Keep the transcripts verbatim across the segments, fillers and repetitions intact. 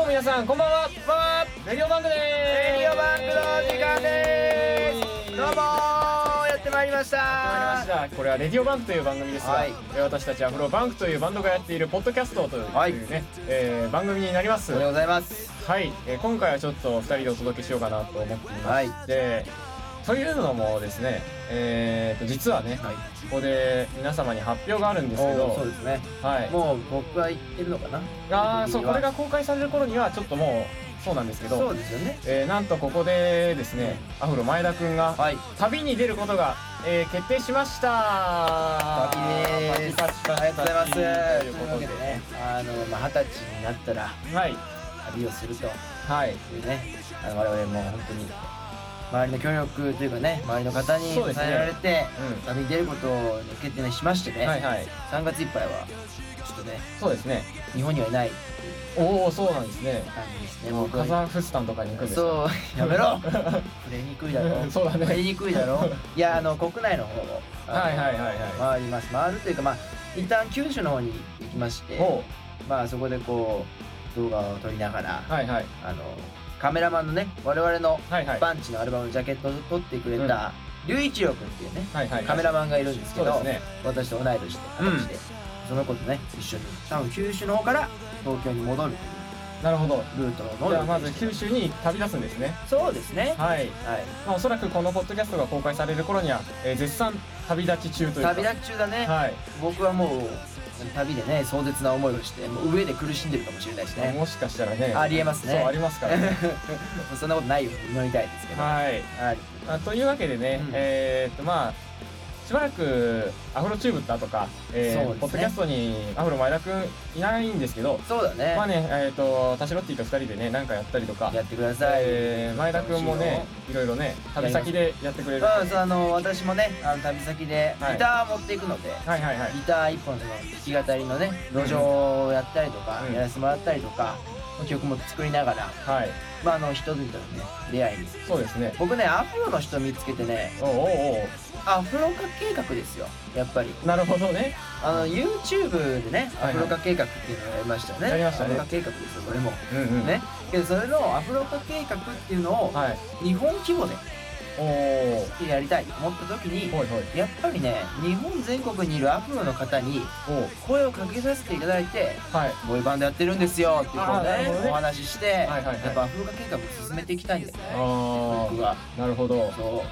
皆さんこんばんは。こんばんは。レディオバンクでーす。 レディオバンクの時間でーす。どうもー、やってまいりましたー。 やってまいりました。これはレディオバンクという番組ですが、 はい、 私たちアフロバンクというバンドがやっているポッドキャストというね、 はいえー、番組になります。 おはようございます。 はい、えー、今回はちょっとふたりでお届けしようかなと思っていまして、はい、というのもですね、えーと実はね、はい、ここで皆様に発表があるんですけど、 そうですね、 はい、 もう僕は言ってるのかな。 ああ、そう、これが公開される頃にはちょっともうそうなんですけど、 そうですよね、 えー、なんとここでですね、アフロ前田くんが旅に出ることが、えー、決定しました。 旅でーす。 パチパチパチありがとうございます。ということでね、あのまあ二十歳になったら、はい、旅をするというね、あの我々も本当に周りの協力というかね、周りの方に支えられて、ね、うん、旅に出ることを決定しましてね、はいはい、さんがついっぱいはちょっとね、そうですね、日本にはいない。 おお、そうなんですね。 感じですね。 もうカザフスタンとかに行くんですか。 そう、やめろ。触れにくいだろ。 そうだね。 触れにくいだろ。いや、あの国内の方をはいはいはいはい回ります。回るというか、まあ一旦九州の方に行きまして、まあそこでこう動画を撮りながら、はいはい、あのカメラマンのね、我々のバンチのアルバムのジャケットを撮ってくれた龍一郎君っていうね、はいはいはい、カメラマンがいるんですけど、ね、私と同い年で形で、うん、その子とね一緒に多分九州の方から東京に戻るという。 なるほど。 ルートのじゃあまず九州に旅立つんですね。 そうですね。はい、はい、 まあ、おそらくこのポッドキャストが公開される頃には、えー、絶賛旅立ち中というか。 旅立ち中だね、はい、僕はもう旅でね壮絶な思いをしてもう上で苦しんでるかもしれないしね。 もしかしたらね、 ありえますね。 そうありますからね。 そんなことないように祈りたいですけど。はい、 はい、あというわけでね、うん、えー、っとまあしばらくアフロチューブってとか、えーね、ポッドキャストにアフロ前田くんいないんですけど、 そうだね、 まあね、えー、とタシロッティとふたりでね何かやったりとかやってください、 えー、前田くんもねいろいろね旅先でやってくれる、 そうそう、あの私もねあの旅先でギター持っていくので、はいはいはい、ギターいっぽんその弾き語りのね路上をやったりとか、うん、やらせてもらったりとか曲も作りながら、はい、まああの人々のね出会いに、 そうですね、 僕ねアフロの人見つけてね、おうおうおう、アフロ化計画ですよ、やっぱり。 なるほどね。 あの YouTube でねアフロ化計画っていうのをやりましたよね。 やりましたね。 アフロ化計画ですよこれも、うんうん、ね。けどそれのアフロ化計画っていうのを日本規模でやりたいと思った時に、やっぱりね日本全国にいるアフロの方に声をかけさせていただいて、ボーイバンドやってるんですよっていうこうねお話しして、やっぱアフロ化計画を進めていきたいんだよね、僕は。 なるほど。 そう、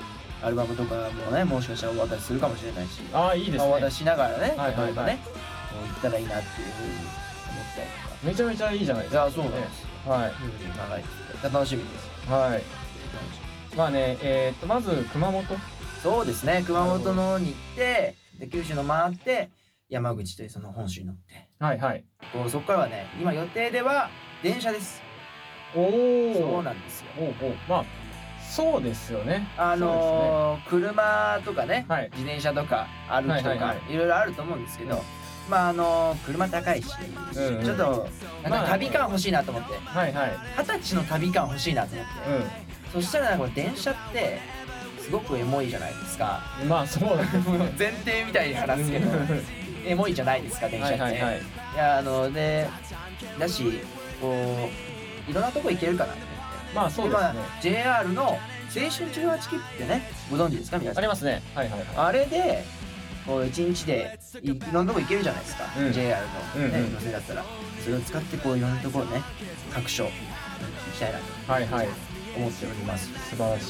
アルバムとかもねもしかしたらお渡しするかもしれないし、 ああいいですね、 お渡ししながらね、はいはいはい、ねこう言ったらいいなっていうふうに思ったりとか。 めちゃめちゃいいじゃないですか。 いやそうなんです、はい、長いです、楽しみです。はい、 まあね、えー、っとまず熊本、 そうですね、熊本の方に行ってで九州の回って山口というその本州に乗って、はいはい、こうそこからはね今予定では電車です。おお、そうなんですよ。 おお、まあそうですよね。 あのーね、車とかね、はい、自転車とか歩きとかいろいろあると思うんですけど、うん、まああのー、車高いし、うんうん、ちょっとなんか旅感欲しいなと思って、はいはい、二十歳の旅感欲しいなと思って、うん、そしたらなんか電車ってすごくエモいじゃないですか。まあそうだ前提みたいに話すけどエモいじゃないですか電車って。はいはいはい、いやあのでだしこういろんなとこ行けるかなって。まあそうですね。ジェイアール の青春じゅうはち切符ってねご存知ですか皆さん。 ありますね。はいはいはい。 あれでこういちにちで い, いろんなとこ行けるじゃないですか、うん、ジェイアール の、ね、うんうん、乗せだったらそれを使ってこういろんなところね各所行きたいなと、はいはい、思っております。 素晴らしいです。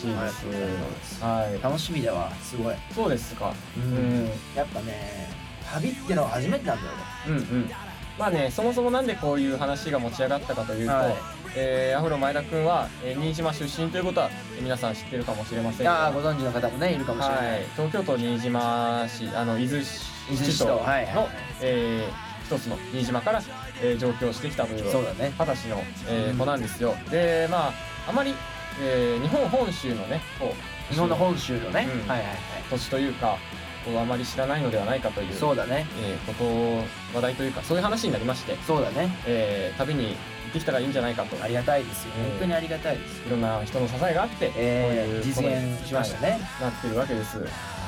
はい、 楽しみだわ、すごい。 そうですか。 うん、うん、やっぱね旅ってのは初めてなんだよね。 うんうん。まあね、そもそもなんでこういう話が持ち上がったかというと、はい、えー、アフロ前田くんは、えー、新島出身ということは、えー、皆さん知ってるかもしれませんが、 あご存知の方もねいるかもしれない、はい、 東京都新島市あの伊豆市との、はいはいはい、えー、一つの新島から、えー、上京してきたというそうだね、 二十歳の、えー、子なんですよ。でまああまり、えー、日本本州のねこう日本の本州のね、 うん、はいはいはい、土地というかあまり知らないのではないかという、 そうだね、 えー、ことを話題というかそういう話になりまして、 そうだね、 えー、旅に行ってきたらいいんじゃないかと。 ありがたいですよ、えー、本当にありがたいです。 いろんな人の支えがあって、 えー、実現しましたね。 なってるわけです。 素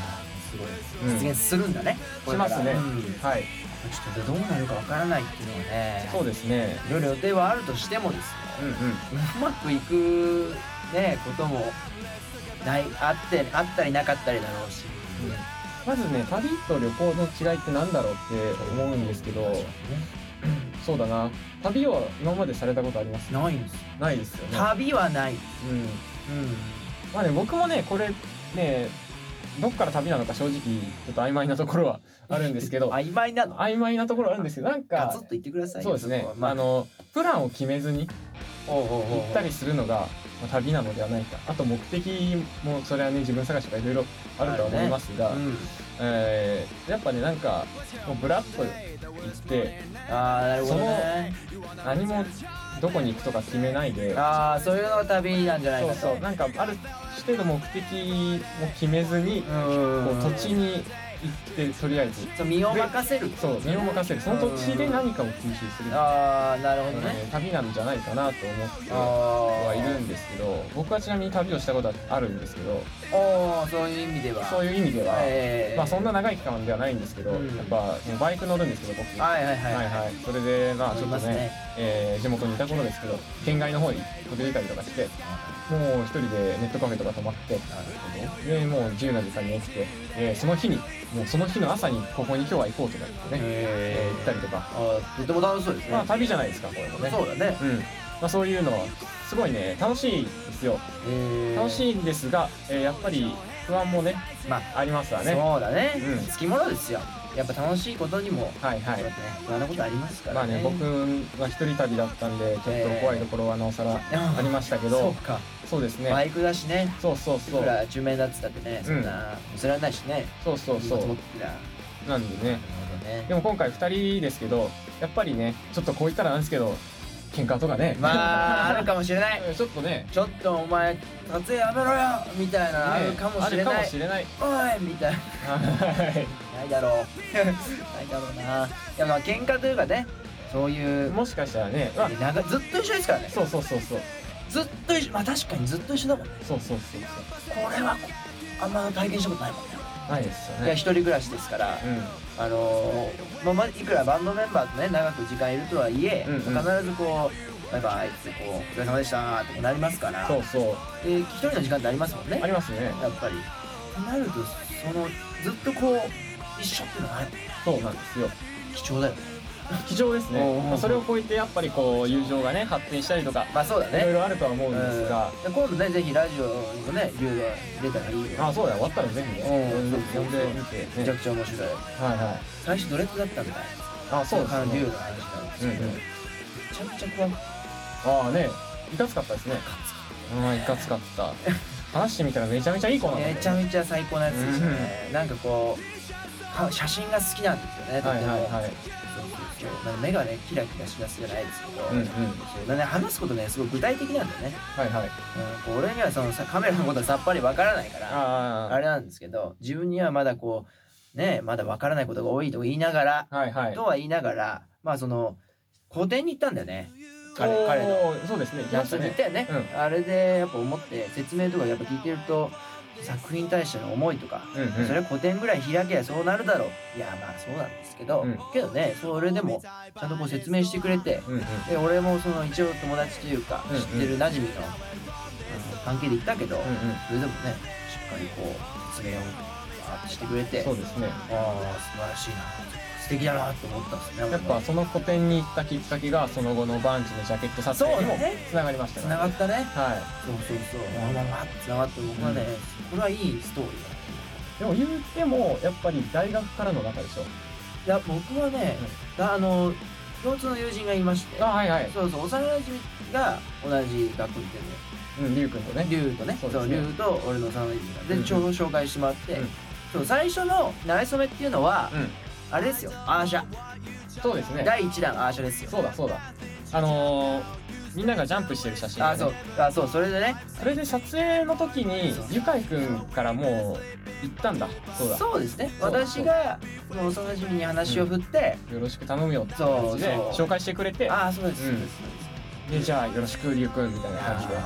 すごい実現するんだね、 しますね、はい。 ちょっとどうなるかわからないっていうのはね、 そうですね、 いろいろ予定はあるとしてもですね、うまくいくねこともないあってあったりなかったりだろうし、 まずね、旅と旅行の違いってなんだろうって思うんですけど、そうだな、旅は今までされたことあります？ ないんです。 ないですよね。 旅はない。うんうん。まあね、僕もね、これね、どっから旅なのか正直ちょっと曖昧なところはあるんですけど曖昧なの？ 曖昧なところあるんですけど、なんかガツッと言ってくださいよ。 そうですね、まあ、あのプランを決めずに行ったりするのがまあ、旅なのではないか。あと目的もそれはね、自分探しとかいろいろあるとは思いますが、ね、うん、えー、やっぱね、なんかもうブラッと行って、 あー、なるほどね、 その何もどこに行くとか決めないで、 ああ、そういうのが旅なんじゃないかと。 そうそう、なんかある程度目的も決めずに、こう土地に行ってとりあえずそう身を任せる。 そう身を任せる。その土地で何かを吸収する。 ああ、なるほどね、 えー、旅なんじゃないかなと思ってはいるんですけど、僕はちなみに旅をしたことはあるんですけど、 おー、そういう意味ではそういう意味では、 えー、 まあそんな長い期間ではないんですけど、うん、やっぱバイク乗るんですけど僕、 はいはいはい、 はいはい、それでまあちょっとね、ねえー、地元にいた頃ですけど、県外の方に飛び出たりとかして、もう一人でネットカフェとか泊まって、でもう自由な時間に起きて、えー、その日にもうその日の朝にここに今日は行こうとか言ってね、えー、行ったりとか、 あ、とても楽しそうですね。 まあ旅じゃないですかこれもね。 そうだね、 うん、まあ、そういうのはすごいね楽しいですよ。楽しいんですが、えー、やっぱり不安もね、まあ、ありますわね。 そうだね、うん、つきものですよ。やっぱ楽しいことにも、 はいはい、 ね、不安なことありますからね。 まあね、僕は一人旅だったんでちょっと怖いところはなおさらありましたけど、 そうか、 そうですね、 バイクだしね、 そうそうそう、 いくら中面だっつったってね、そんな乗せられないしね、 そうそうそう、なんでね、でも今回ふたりですけど、やっぱりね、ちょっとこう言ったらなんですけど、喧嘩とかね、 まああるかもしれないちょっとね、 ちょっとお前撮影やめろよみたいなあるかもしれない、 あるかもしれない、 おいみたいな、ないだろうないだろうな。いや、まあ喧嘩というかね、そういうもしかしたらね、 なんかずっと一緒ですからね。 そうそうそうそう、 ずっと一緒、まあ確かにずっと一緒だもんね。 そうそうそうそう、 これはあんま体験したことないもんね。 ないですよね。 いや、一人暮らしですから、うん、あのー、まあ、いくらバンドメンバーとね長く時間いるとはいえ、うんうん、必ずこうバイバイってこうお疲れ様でしたーってなりますから。そうそう。で、一人の時間ってありますもんね。 ありますね。 やっぱり。となると、そのずっとこう一緒っていうのがある。 そうなんですよ。 貴重だよね。 貴重ですね。まあ、それを超えてやっぱりこう友情がね発展したりとか、 まあそうだね、 いろいろあるとは思うんですが、 うん、今度ねぜひラジオのねリュウが出たらいいよ。 あ、そうだ、終わったらぜひね、呼んでみて、 めちゃくちゃ面白い。はいはい。最初ドレッドだったみたいな。あ、そうですね。リュウの話なんですけど、めちゃくちゃ怖くて。 ああね、いかつかったですね。ああ、いかつかった。話してみたらめちゃめちゃいい子なんだ。 めちゃめちゃ最高なやつですよね。なんかこう写真が好きなんですよね。はいはいはい。なんか目がねキラキラしだすじゃないですけど、うんうん、そうね、話すことねすごい具体的なんだよね。はいはい。うん、俺にはそのさカメラのことはさっぱりわからないからあれなんですけど、自分にはまだこうねまだわからないことが多いと言いながら、はいはい、とは言いながら、まあその個展に行ったんだよね。彼彼のそうですね。 やつに行ったよね。うん、あれでやっぱ思って説明とかやっぱ聞いてると。作品に対しての思いとか、うんうん、それは古典ぐらい開けばそうなるだろう。いやまあそうなんですけど、うん、けどねそれでもちゃんとこう説明してくれて、うんうん、で俺もその一応友達というか、うんうん、知ってる馴染みの、うん、関係で行ったけど、うんうん、それでもねしっかりこう説明をしてくれて、 そうですね、 ああ素晴らしいな、素敵だなと思ったんですね。 やっぱその個展に行ったきっかけがその後のバンチのジャケット撮影にもつながりましたね。 つながったね。はい。 そうそうそう。 まあまあつながって僕はね、これはいいストーリーだ。でも言ってもやっぱり大学からの中でしょ。 いや僕はね、あの共通の友人がいまして、あはいはい。そうそう幼馴染が同じ学校に行ってる。うん、リュウ君とね。 リュウとね。そうリュウと俺の幼馴染がでちょうど紹介してもらって、そう最初の馴れ初めっていうのは。あれですよ、アーシャ。 そうですね。 だいいちだんアーシャですよ。 そうだそうだ。あのー、みんながジャンプしてる写真、ね。 あ、そう。あ、そう、それでね。 それで撮影の時にゆかいくんからもう行ったんだ。そうだ。 そうですね。私がその幼馴染に話を振って、 うん、よろしく頼むよって感じで紹介してくれて。 あ、そうです。そうです。 でじゃあよろしくリュウくんみたいな感じで。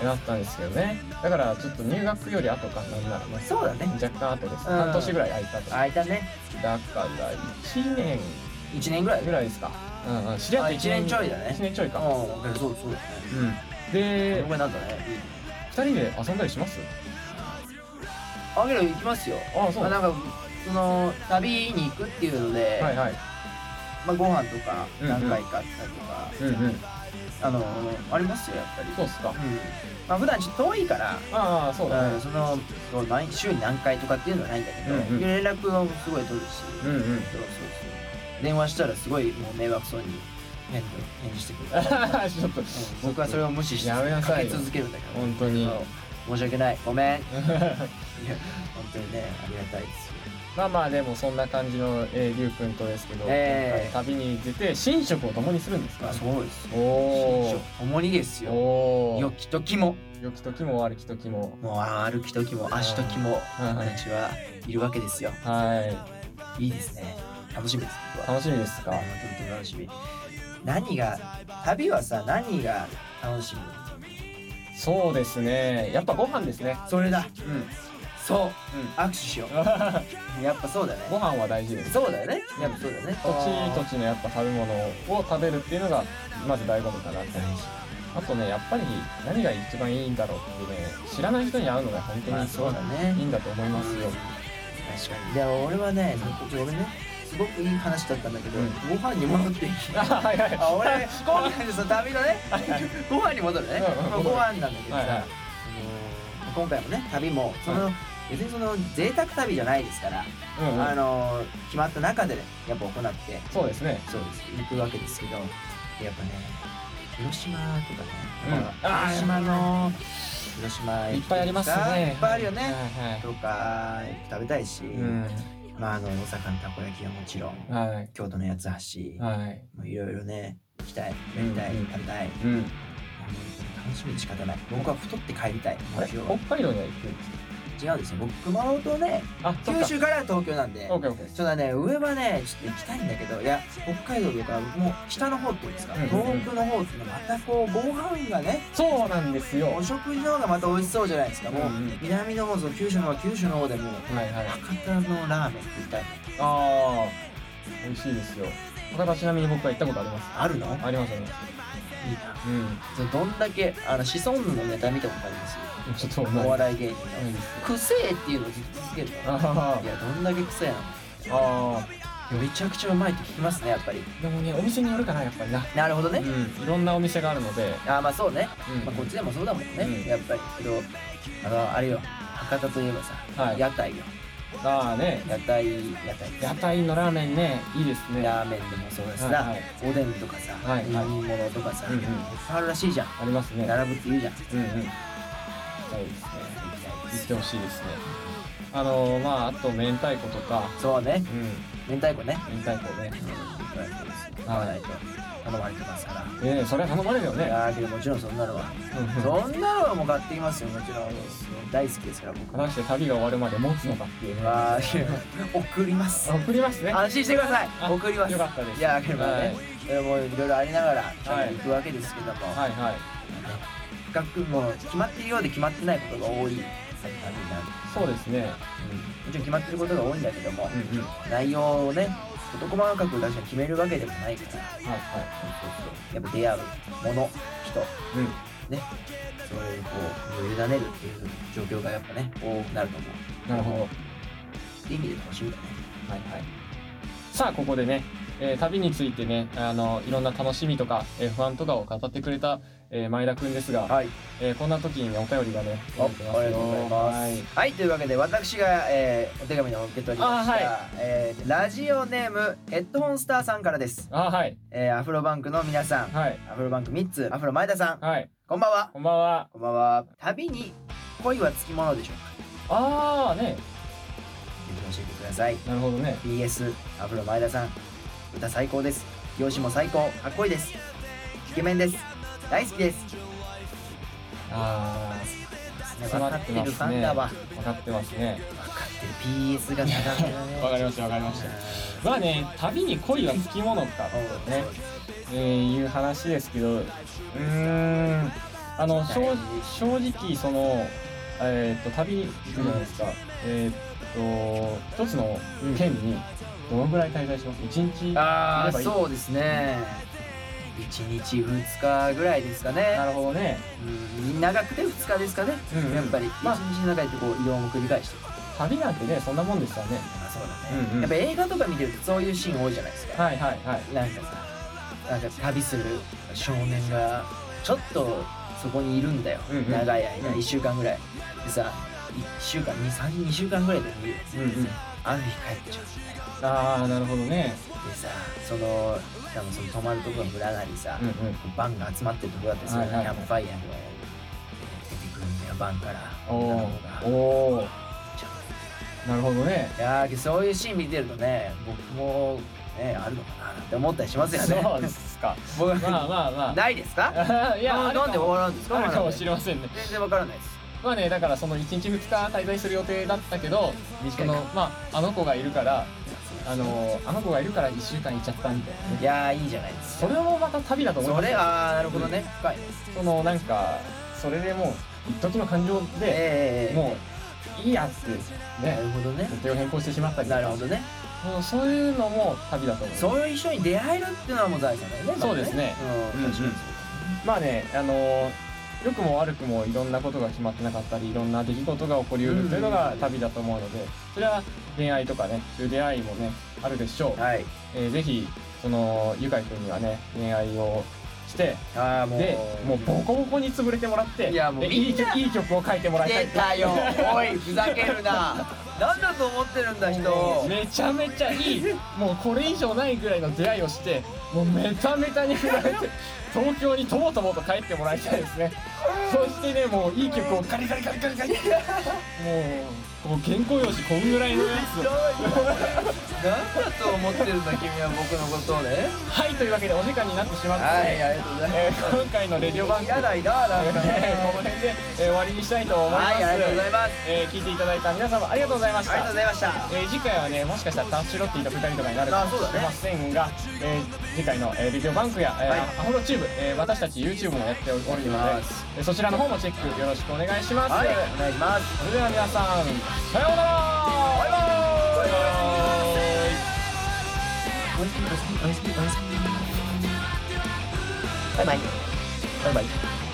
なったんですけどね。だからちょっと入学より後かなんならね。 そうだね。 若干後です。半年ぐらい空いたと。 空いたね。 だからいちねんいちねんぐらいぐらいですか。うんうん。知り合っていちねんちょいだね。 いちねんちょいか。 うん。そうそうだね。 うん。で、 これなんだね。 ふたりで遊んだりします？ あげる行きますよ。 ああ、そう。 なんかその旅に行くっていうので、 はいはい。 まあご飯とか何回かあったりとか、 うんうん。 あのありますよやっぱり。 そうっすか。 うん。まあ普段ちょっと遠いから、 ああそうだね。 その毎週に何回とかっていうのはないんだけど、連絡をすごい取るし、うんうん。そうそうそう。電話したらすごいもう迷惑そうに返事してくる。ちょっと僕はそれを無視してかけ続けるんだけど。本当に。申し訳ない。ごめん。いや本当にねありがたいですよ。 まあまあでもそんな感じのえりゅうくんとですけど、えー、旅に出て寝食を共にするんですか？ そうですよ。寝食共にですよ。良き時も良き時も悪き時ももう歩き時も足時も私はいるわけですよ。はい。いいですね。楽しみです。 楽しみですか？ 本当に楽しみ。何が旅はさ何が楽しみ？ そうですね。やっぱご飯ですね。 それだ。うん。そう、うん、握手しよう。やっぱそうだね。 ご飯は大事です。 そうだよね。やっぱそうだね。 土地土地のやっぱ食べ物を食べるっていうのがまず醍醐味かなって。あとねやっぱり何が一番いいんだろうってね知らない人に会うのが本当にそうだねいいんだと思いますよ。 確かに。でも俺はね、俺ね。すごくいい話だったんだけど、ご飯に戻っていい？あ、俺今回のその旅のね、ご飯に戻るね。ご飯なんだけどさ、今回もね旅もその別にその贅沢旅じゃないですから、あの決まった中でやっぱ行って、そうですね、そうです行くわけですけど、やっぱね広島とかね、広島の広島いっぱいありますね。 いっぱいあるよね。とか食べたいし。まああの大阪のたこ焼きはもちろん、はい、京都の八つ橋、はい、もういろいろね行きたい、やりたい、食べたい、うん、楽しみで仕方ない。僕は太って帰りたい。 北海道には行くんですか？ 違うんですよ。僕熊本ね、九州から東京なんで、ちょっとね上はねちょっと行きたいんだけど、いや北海道とかもう北の方っていうんですか、東北の方ってまたこうご飯がね、 そうなんですよ。 お食事の方がまた美味しそうじゃないですか。もう南の方と九州の方は九州の方でも博多のラーメン食いたい。 ああ美味しいですよ。博多ちなみに僕は行ったことあります。 あるの？ ありますあります。 いいな。うん。どんだけあのシソンヌのネタ見たことあります？ちょっとお笑い芸人のくせえっていうのをずっと続けるの。いやどんだけくせえなの。ああめちゃくちゃうまいって聞きますねやっぱり。 でもねお店によるかなやっぱりな。 なるほどね。 いろんなお店があるので。 ああまあそうね。まあこっちでもそうだもんね。やっぱりけどあのあれよ博多といえばさ屋台よ。 ああね屋台屋台屋台のラーメンねいいですね。 ラーメンでもそうだしさおでんとかさ煮物とかさいっぱいあるらしいじゃん。 ありますね。 並ぶって言うじゃん。うんうん。 そうですね。行ってほしいですね。あのまああと明太子とか。 そうね。明太子ね。 明太子ね。 買わないと頼まれてますから。 ええそれは頼まれるよね。 いやけどもちろんそんなのはそんなのはもう買ってきますよもちろん。大好きですから僕。 果たして旅が終わるまで持つのかっていうね。ああ送ります。 送りますね。 安心してください。送ります。 よかったです。 いやけどね。もういろいろありながら行くわけですけども。はいはい。深くも決まっているようで決まってないことが多い旅になる。 そうですね、 うん、もちろん決まってることが多いんだけども、うんうん、内容をね事細かく確かに決めるわけでもないから、はいはい、そうそうそうやっぱ出会うもの人、うん、ねそれにこう委ねるっていう状況がやっぱね多くなると思う。 なるほど。 っていう意味で楽しみだね。 はいはい。さあここでね、えー、旅についてねあのいろんな楽しみとか、えー、不安とかを語ってくれた、えー、前田くんですが、はいえー、こんな時に、ね、お便りがねありがとうございます。はい、はい、というわけで私が、えー、お手紙を受け取りました、はいえー、ラジオネームヘッドホンスターさんからです。あ、はいえー、アフロバンクの皆さん、はい、アフロバンクみっつアフロ前田さん、はい、こんばんは。 こんばんは。 こんばんは。旅に恋はつきものでしょうか。 ああね教えてください。 なるほどね。 ピーエス アフロ前田さん歌最高です。容姿も最高かっこいいです。イケメンです。大好きです。 ああ分かってるファンだわ。 分かってますね。 分かってる ピーエス が長めだね。 分かりました分かりました。まあね旅に恋はつきものかとね、えー、いう話ですけどうーんあの正正直そのえっと旅行くじゃないですか。えっと一つの県にどのぐらい滞在します？一日？ ああそうですね。いちにちふつかぐらいですかね。 なるほどね。 うん、長くてふつかですかね。うんうん、やっぱりいちにちの中でこう移動も繰り返して。 旅なんてねそんなもんですよね。 あそうだね、うんうん。やっぱ映画とか見てるとそういうシーン多いじゃないですか。 はいはいはい。 なんかさ、なんか旅する少年がちょっとそこにいるんだよ。うんうん、長い間、うん、いっしゅうかんぐらいでさ、いっしゅうかんに、さん、にしゅうかんぐらいで見る。うんうん、ある日帰っちゃうんだよ。 ああなるほどね。 でさ、その多分その泊まるところの村なりさ、うんうん、バンが集まってるところだったりする、キャンプファイヤーの出てくるんだよ、バンから女の子が。おお。 なるほどね。 いやーそういうシーン見てるとね、僕もねあるのかなって思ったりしますよね。 そうですか。僕まあまあまあないですか？いやなんでわからんですか？ あるかもしれませんね。 全然わからないです。 まあねだからそのいちにちふつか滞在する予定だったけど、そのまああの子がいるから。あのあの子がいるからいっしゅうかんいっちゃったみたいな、ね、 いやーいいじゃないですか。 それもまた旅だと思います。 それああなるほどね、深い。 そのなんかそれでもう一時の感情で、えー、もういいやってね、 なるほどね、 予定を変更してしまったりとか。 なるほどね。 もうそういうのも旅だと思います。 そういう人に出会えるっていうのはもう財産だよね。 そうですね。うん、まあねあのー良くも悪くもいろんなことが決まってなかったりいろんな出来事が起こりうるというのが旅だと思うので、それは恋愛とかねそういう出会いもねあるでしょう。はい、えー、ぜひそのゆかいくんにはね恋愛をしてあもうでもうボコボコに潰れてもらって、いやもういい曲いい曲を書いてもらいたい。 出たよおいふざけるななんだと思ってるんだ人。 めちゃめちゃいいもうこれ以上ないぐらいの出会いをしてもうメタメタに振られて東京にともともと帰ってもらいたいですね。そしてねもういい曲をカリカリカリカリカリもうこう原稿用紙こんぐらいのやつを何だと思ってるんだ君は僕のことをね。 はいというわけでお時間になってしまって、 はいありがとうございます、 えー、今回のレディオ番組やだいななんかねこの辺で、えー、終わりにしたいと思います。 はいありがとうございます、 えー、聞いていただいた皆様ありがとうございました。 ありがとうございました。 えー、次回はねもしかしたらタッシュロッティとふたりとかになるかもしれませんが、えー、次回の、えー、レディオバンクや、えーはい、アフロチューブ、えー、私たち YouTube もやっておるので、えー、そちらの方もチェックよろしくお願いします。 はいお願いします。 それでは皆さんさようなら。バイバーイ。 おやすみおやすみおやすみおやすみバイバイバイバイ。